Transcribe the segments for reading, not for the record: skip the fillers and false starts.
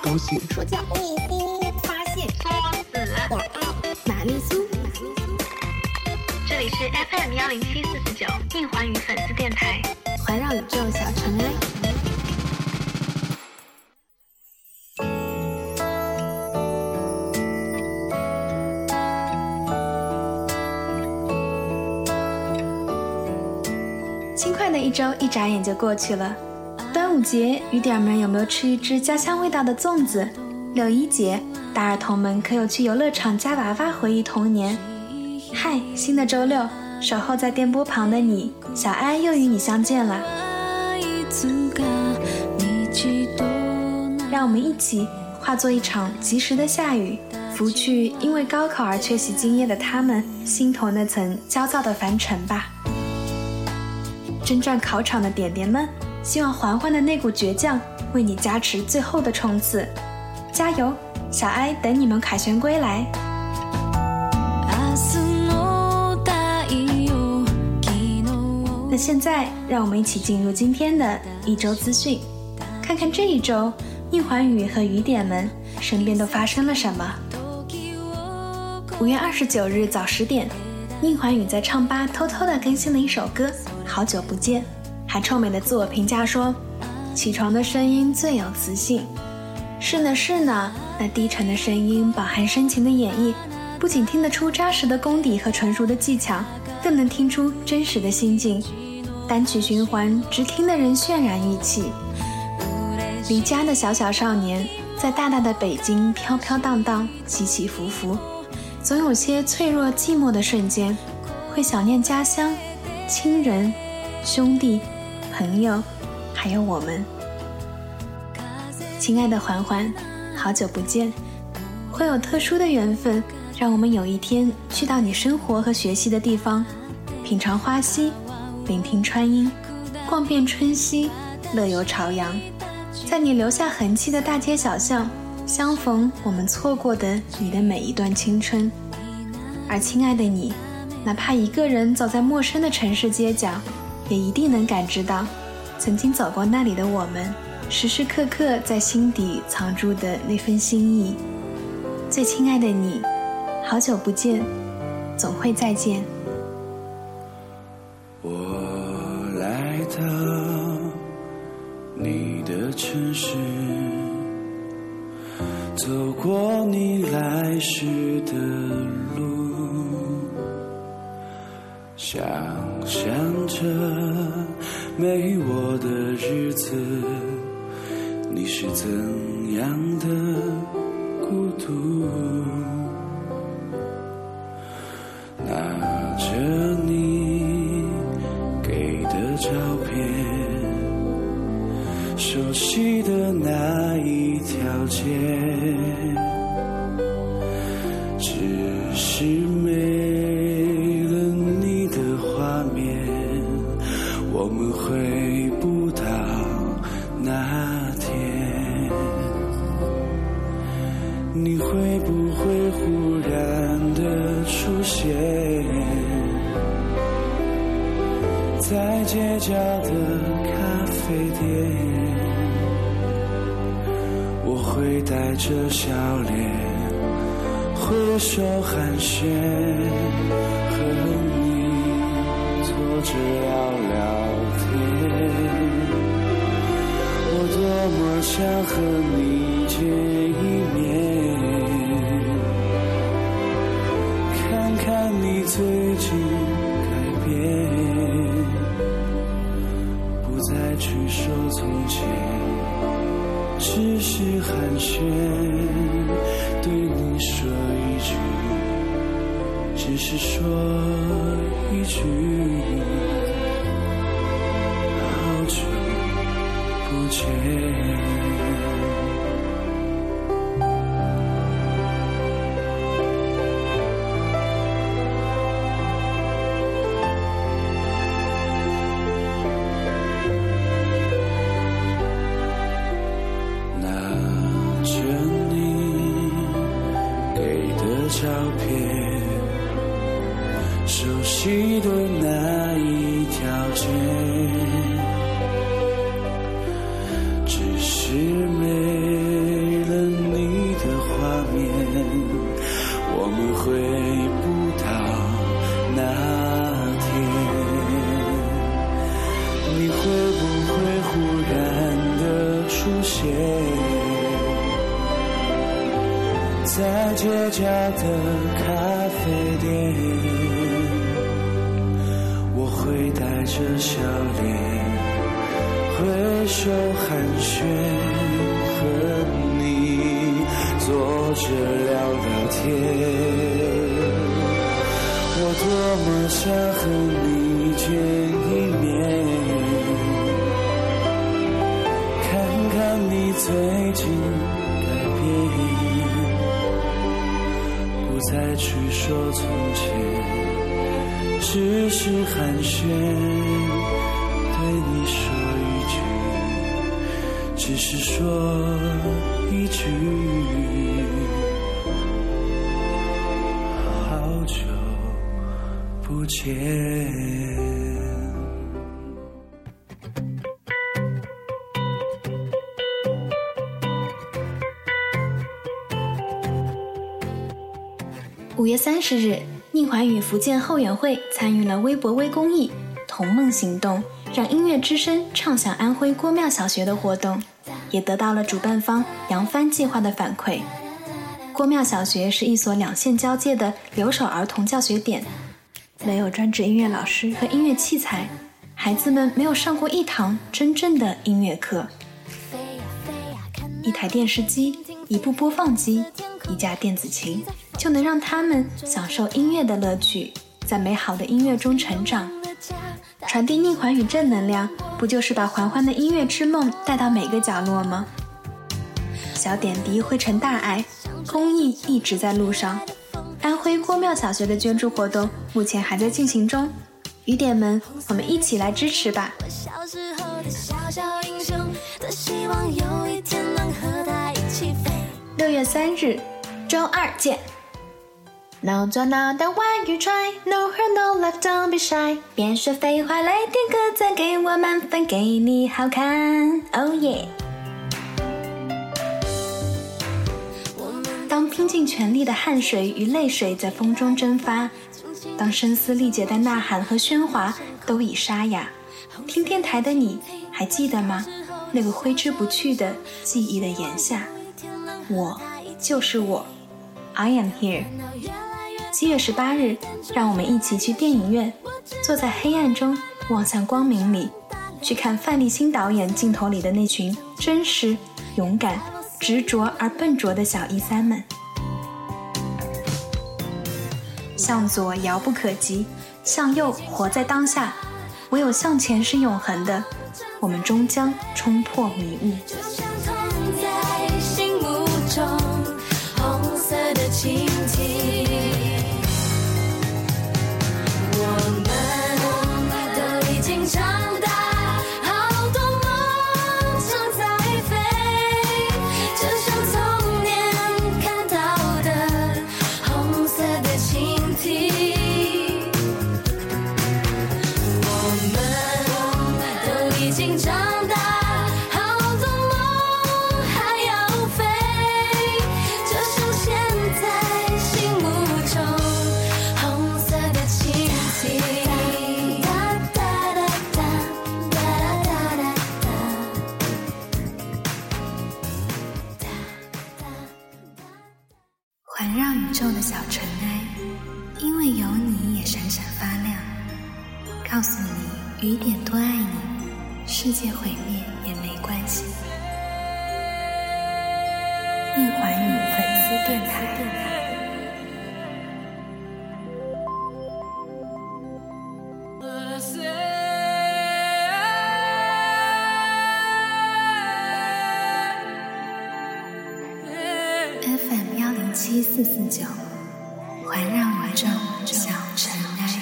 高兴、 说教、发现、 作死、 玛丽苏。 这里是 FM10749硬环宇粉丝电台， 环绕宇宙小尘埃。轻快的一周一眨眼就过去了。端午节，雨点们有没有吃一只家乡味道的粽子？六一节，大儿童们可有去游乐场夹娃娃回忆童年？嗨，新的周六，守候在电波旁的你，小哀又与你相见了。让我们一起化作一场及时的下雨，拂去因为高考而缺席今夜的他们心头那层焦躁的凡尘吧。征战考场的点点们，希望缓缓的那股倔强为你加持最后的冲刺，加油！小哀等你们凯旋归来。那现在让我们一起进入今天的一周资讯，看看这一周硬环宇和雨点们身边都发生了什么。5月29日早10点，硬环宇在唱吧偷偷地更新了一首歌，好久不见，还臭美的自我评价说，起床的声音最有磁性。是呢是呢，那低沉的声音饱含深情的演绎，不仅听得出扎实的功底和纯熟的技巧，更能听出真实的心境。单曲循环，直听的人渲染欲泣。离家的小小少年，在大大的北京飘飘荡荡，起起伏伏，总有些脆弱寂寞的瞬间，会想念家乡、亲人、兄弟、朋友，还有我们。亲爱的环环，好久不见，会有特殊的缘分，让我们有一天去到你生活和学习的地方，品尝花溪，聆听川音，逛遍春熙，乐游朝阳，在你留下痕迹的大街小巷，相逢我们错过的你的每一段青春。而亲爱的你，哪怕一个人走在陌生的城市街角，也一定能感知到曾经走过那里的我们，时时刻刻在心底藏住的那份心意。最亲爱的你，好久不见，总会再见。 我来到你的城市，走过你来时的路，想象着没我的日子，你是怎样的孤独，拿着你给的照片，熟悉的那一条街，只是没了你的画面，我们回不到那天。你会不会忽然的出现在街角的咖啡店？我会带着笑脸挥手寒暄，和你坐着聊聊天。我多么想和你见一面，看看你最近改变，不再去说从前，只是寒暄，对你说一句，只是说一句，好久不见。照片，熟悉的那一条街，只是没了会不会忽然的出现在街角的咖啡店，我会带着笑脸挥手寒暄，和你坐着聊聊天。我多么想和你见一面，看看你最近改变，不再去说从前，只是寒暄，对你说一句，只是说一句，好久不见。 5月30日，宁桓与福建后援会参与了微博微公益同梦行动，让音乐之声唱响安徽郭庙小学的活动，也得到了主办方扬帆计划的反馈。郭庙小学是一所2县交界的留守儿童教学点，没有专职音乐老师和音乐器材，孩子们没有上过一堂真正的音乐课。一台电视机，一部播放机，一架电子琴，就能让他们享受音乐的乐趣，在美好的音乐中成长。传递宁桓与正能量，不就是把环环的音乐之梦带到每个角落吗？小点滴汇成大爱，公益一直在路上。安徽郭庙小学的捐助活动目前还在进行中，雨点们，我们一起来支持吧。 小时候的小小英雄，多希望有一天能和他一起飞。 6月3日，周二见。No do not why you try, no hurt no love, don't be shy。别说废话，来点歌赞给我满分，给你好看。Oh yeah。当拼尽全力的汗水与泪水在风中蒸发，当声嘶力竭的呐喊和喧哗都已沙哑，听电台的你还记得吗？那个挥之不去的记忆的炎夏，我就是我 I am here。 7月18日，让我们一起去电影院，坐在黑暗中望向光明里，去看范立新导演镜头里的那群真实、勇敢、执着而笨拙的小13们。向左遥不可及，向右活在当下，唯有向前是永恒的，我们终将冲破迷雾。 就像痛在心目中红色的蜻蜓，我们都已经长大，好多梦常在飞，就像童年看到的红色的蜻蜓，我们都已经长大，好多梦还要飞，就像现在心目中红色的蜻蜓。 环绕宇宙的小尘埃，因为有你也闪闪发亮，告诉你雨点多爱你，世界毁灭也没关系。宁桓宇粉丝电台。FM 107.449，环绕宇宙小尘埃。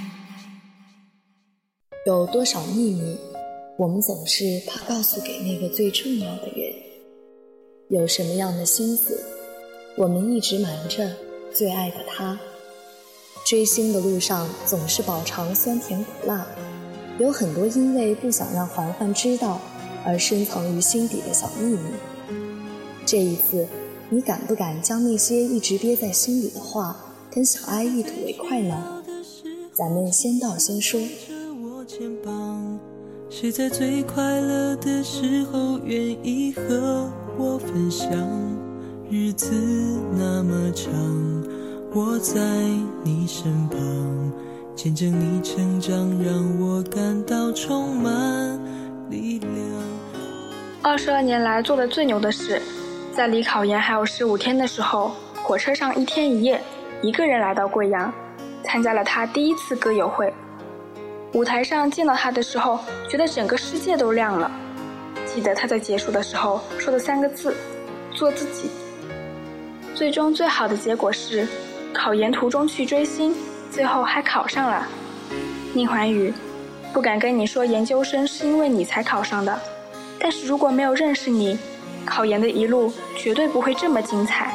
有多少秘密，我们总是怕告诉给那个最重要的人？有什么样的心思，我们一直瞒着最爱的他？追星的路上总是饱尝酸甜苦辣，有很多因为不想让环环知道而深藏于心底的小秘密。这一次，你敢不敢将那些一直憋在心里的话跟小爱一吐为快呢？咱们先到先说。 谁在最快乐的时候愿意和我分享？日子那么长，我在你身旁，见证你成长，让我感到充满力量。 22年来做的最牛的事，在离考研还有15天的时候，火车上1天1夜，一个人来到贵阳，参加了他第一次歌友会。舞台上见到他的时候，觉得整个世界都亮了。记得他在结束的时候说的3个字：做自己。最终最好的结果是，考研途中去追星，最后还考上了。宁桓宇，不敢跟你说研究生是因为你才考上的，但是如果没有认识你，考研的一路绝对不会这么精彩。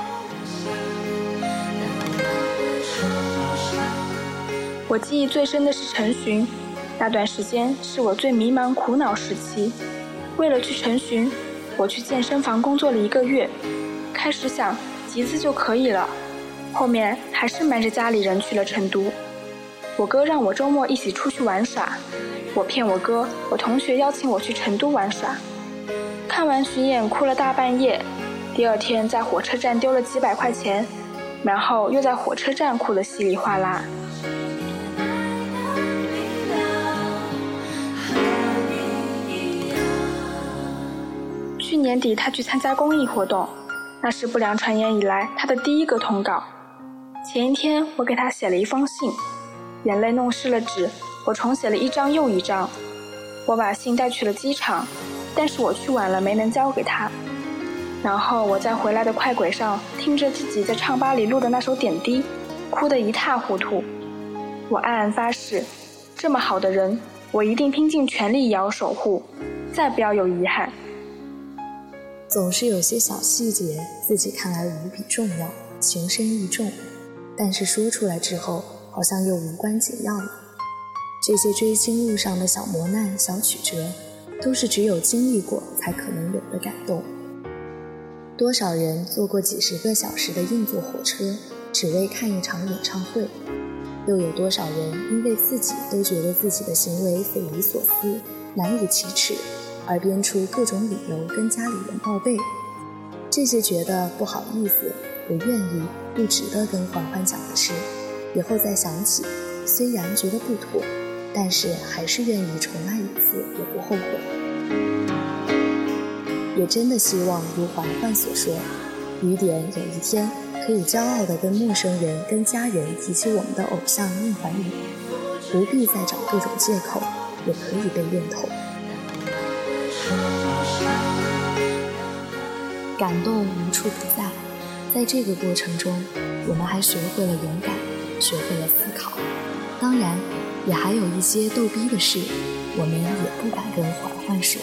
我记忆最深的是陈寻，那段时间是我最迷茫苦恼时期。为了去陈寻，我去健身房工作了1个月，开始想集资就可以了，后面还是瞒着家里人去了成都。我哥让我周末一起出去玩耍，我骗我哥，我同学邀请我去成都玩耍。看完巡演哭了大半夜，第2天在火车站丢了几百块钱，然后又在火车站哭得稀里哗啦。去年底他去参加公益活动，那是不良传言以来他的第1个通告。前1天我给他写了1封信，眼泪弄湿了纸，我重写了1张又1张。我把信带去了机场，但是我去晚了没能交给他。然后我在回来的快轨上听着自己在唱吧里录的那首点滴，哭得一塌糊涂。我暗暗发誓，这么好的人，我一定拼尽全力也要守护，再不要有遗憾。 总是有些小细节自己看来无比重要，情深意重，但是说出来之后好像又无关紧要了。这些追星路上的小磨难、小曲折，都是只有经历过才可能有的感动。多少人坐过几10个小时的硬座火车，只为看一场演唱会，又有多少人因为自己都觉得自己的行为匪夷所思、难以启齿，而编出各种理由跟家里人报备。这些觉得不好意思、不愿意、不值得跟环环讲的事，以后再想起，虽然觉得不妥，但是还是愿意重来一次，也不后悔。也真的希望如环环所说，雨点有一天可以骄傲地跟陌生人、跟家人提起我们的偶像宁桓宇，不必再找各种借口，也可以被认同。感动无处不在，在这个过程中，我们还学会了勇敢，学会了思考，当然也还有一些逗逼的事，我们也不敢跟环环说，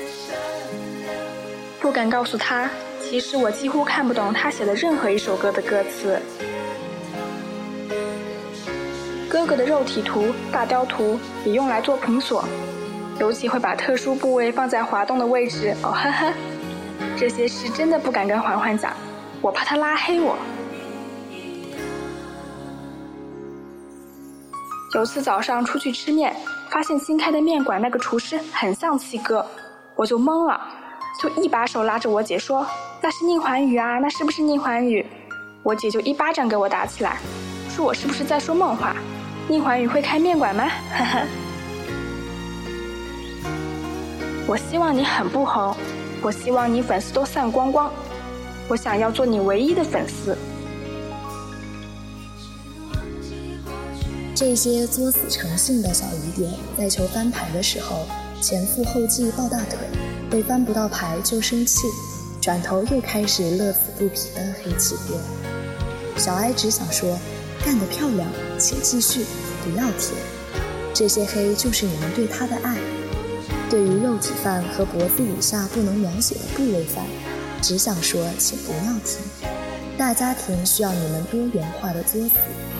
不敢告诉他，其实我几乎看不懂他写的任何一首歌的歌词。哥哥的肉体图、大雕图也用来做屏锁，尤其会把特殊部位放在滑动的位置，哦呵呵。这些事真的不敢跟环环讲，我怕他拉黑我。有次早上出去吃面，发现新开的面馆那个厨师很像七哥，我就懵了，就一把手拉着我姐说，那是宁桓宇啊，那是不是宁桓宇？我姐就1巴掌给我打起来，说我是不是在说梦话，宁桓宇会开面馆吗？呵呵。我希望你很不红，我希望你粉丝都散光光，我想要做你唯一的粉丝。 这些作死成性的小疑点，在求翻牌的时候，前赴后继抱大腿，被翻不到牌就生气，转头又开始乐此不疲的黑起锅。小哀只想说，干得漂亮，请继续，不要停。这些黑就是你们对他的爱。对于肉体犯和脖子以下不能描写的部位犯，只想说，请不要停。大家庭需要你们多元化的作死。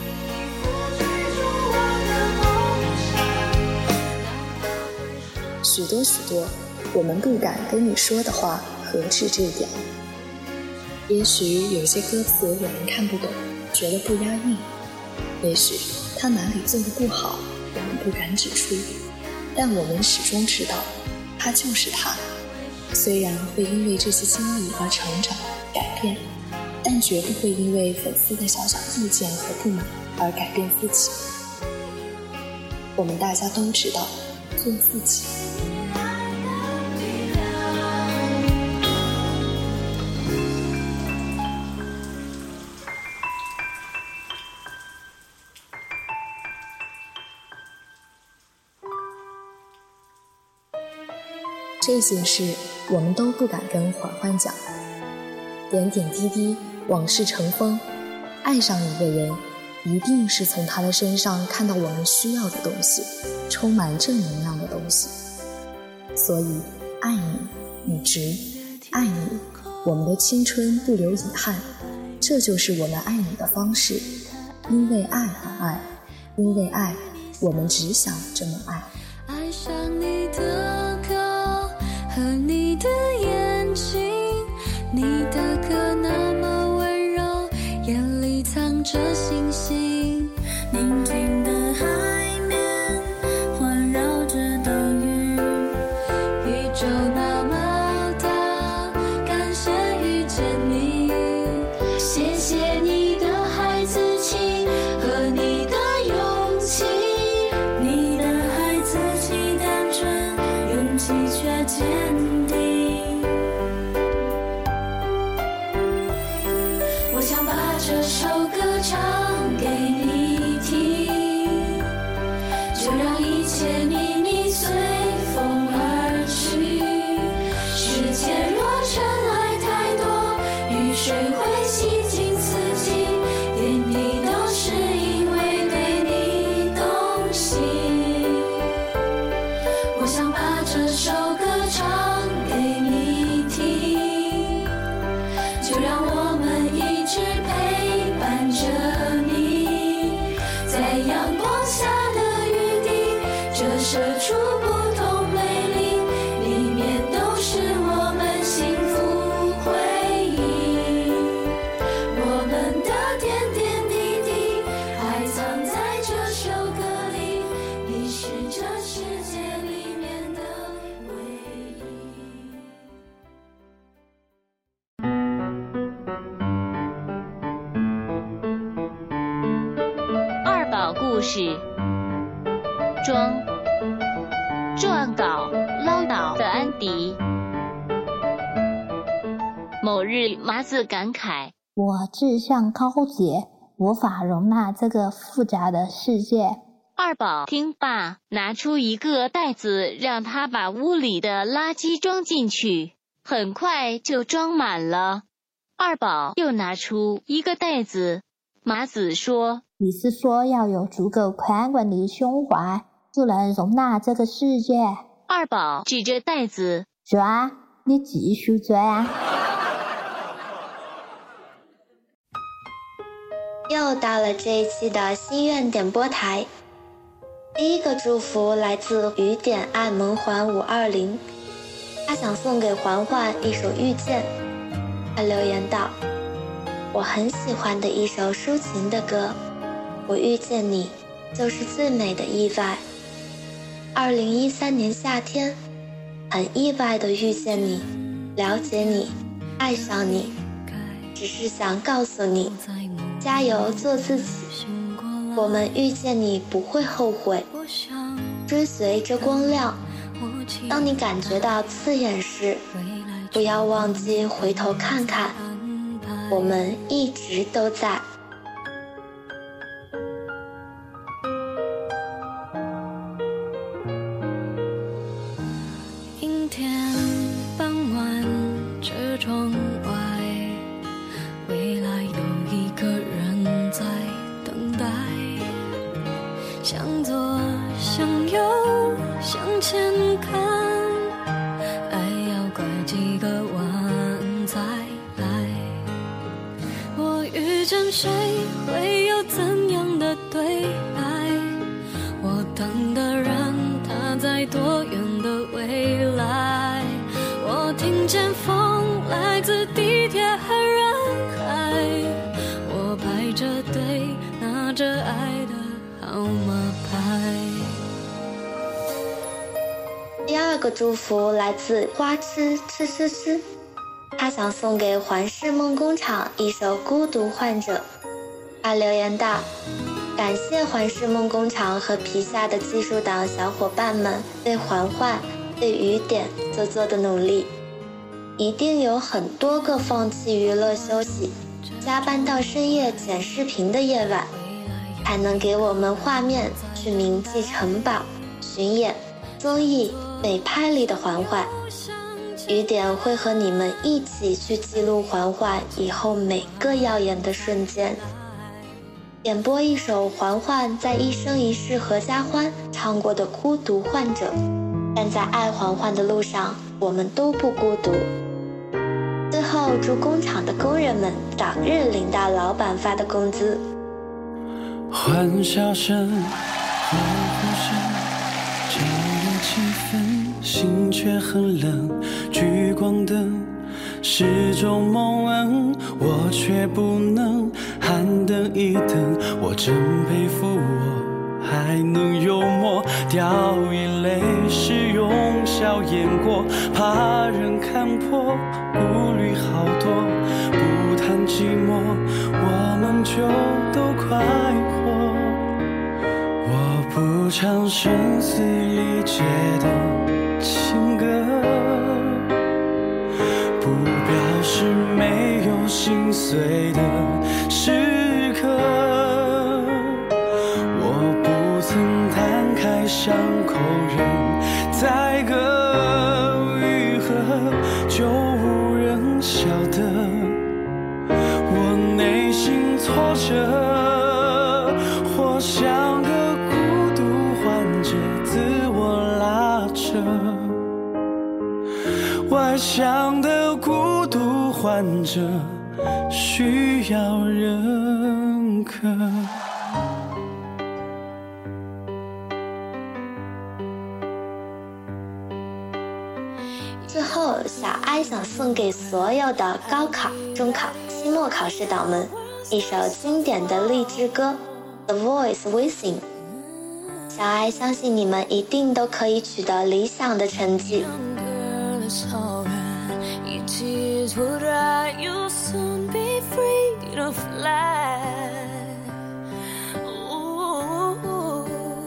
许多我们不敢跟你说的话，何止这点？也许有些歌词我们看不懂，觉得不押韵；也许他哪里做得不好，我们不敢指出。 但我们始终知道，他就是他。虽然会因为这些经历而成长改变，但绝不会因为粉丝的小小意见和不满而改变自己。我们大家都知道，做自己。这些事我们都不敢跟缓缓讲，点点滴滴，往事成风。爱上一个人，一定是从他的身上看到我们需要的东西，充满正能量的东西。所以，爱你，你值；爱你，我们的青春不留遗憾。这就是我们爱你的方式，因为爱而爱，因为爱，我们只想这么爱。 爱上你的歌和你的眼睛，你的歌那么温柔，眼里藏着星星，宁静的海面环绕着岛屿，宇宙那么大，感谢遇见你，谢谢你的孩子气和你的勇气，你的孩子气单纯，勇气却坚定。我想把这首歌唱给你听，就让一切秘密随风而去。世界若尘埃太多，雨水会洗净自己，点滴都是因为对你动心。我想把这首歌唱给你听，就让我们一直陪伴着你，在阳光下的雨滴折射出不同美丽，里面都是我们幸福回忆。我们的点点滴滴还藏在这首歌里，你是这世界里面的唯一。 二宝故事，撰稿唠叨的安迪。某日，麻子感慨： 我志向高洁，无法容纳这个复杂的世界。 二宝听罢，拿出一个袋子，让他把屋里的垃圾装进去，很快就装满了。二宝又拿出一个袋子，麻子说： 你是说要有足够宽广的胸怀，就能容纳这个世界？ 二宝指着袋子： 钻，你继续钻。 又到了这一期的心愿点播台，第一个祝福来自雨点爱萌环520，他想送给环环一首《遇见》。他留言道：我很喜欢的一首抒情的歌，我遇见你就是最美的意外。2013年夏天，很意外的遇见你，了解你，爱上你，只是想告诉你，加油做自己，我们遇见你不会后悔，追随着光亮，当你感觉到刺眼时，不要忘记回头看看，我们一直都在。 阴天傍晚，车窗外，未来有一个人在等待，向左向右向前看，爱要拐几个弯才来。我遇见谁会有怎样的对白，我等的人他在多远的未来，我听见风来自地铁和人海，我排着队拿着爱的号码牌。 个祝福来自花痴吃吃吃，他想送给环世梦工厂一首《孤独患者》。他留言道：感谢环世梦工厂和皮下的技术党小伙伴们对环幻、对雨点所做的努力，一定有很多个放弃娱乐休息，加班到深夜剪视频的夜晚，才能给我们画面去铭记城堡、巡演、综艺、美拍里的环幻。雨点会和你们一起去记录环幻以后每个耀眼的瞬间。点播一首环幻在一生一世合家欢唱过的《孤独患者》，但在爱环幻的路上，我们都不孤独。最后祝工厂的工人们早日领到老板发的工资。 欢笑声，欢呼声，交流气氛，心却很冷。聚光灯是种蒙恩，我却不能喊等一等。我真佩服我还能幽默，掉眼泪是用笑掩过，怕人看破，顾虑好多，不谈寂寞，我们就都快活。我不唱声嘶力竭的情歌，不表示没有心碎的时刻，我不曾摊开伤口任宰割愈合，就无人晓得我内心挫折，或像个孤独患者自我拉扯，外向的孤独患者需要认可。 最后，小哀想送给所有的高考、中考、期末考试党们一首经典的励志歌《The Voice Within》。小哀相信你们一定都可以取得理想的成绩。 Tears will dry, you'll soon be free to fly. Ooh,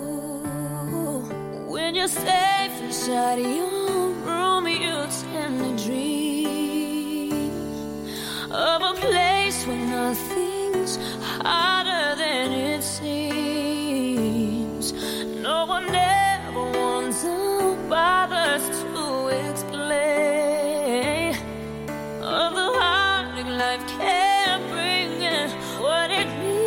when you're safe inside your room, you tend to dream of a place where nothing's harder than it seems. No one ever wants or bothers to explain of the heartache life can't bring and what it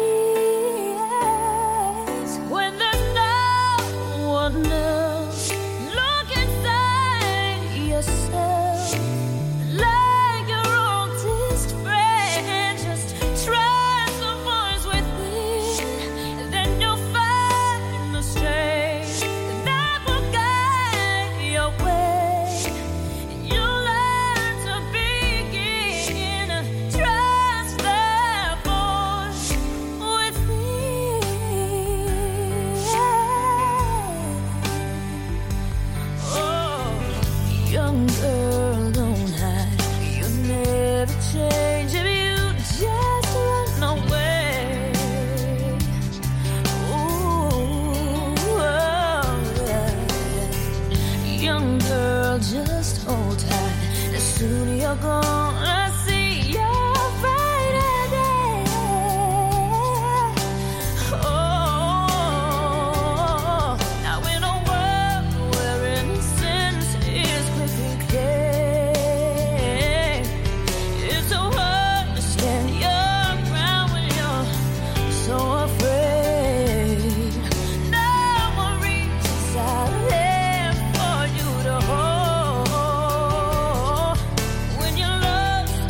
means when there's no one else. Look inside yourself like your oldest friend. Just trust the voice within, then you'll find the strength that will guide your way. You'll learn to begin to trust that voice within. Oh, young girl, don't hide. You'll never change if you just run away. Ooh, oh, yeah. Young girl, just hold tight. And soon you're gonna see your brighter day. Oh, now in a world where innocence is quickly claimed, it's so hard to stand your ground when you're so afraid. No one reaches out there for you to hold when you're lost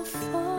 风。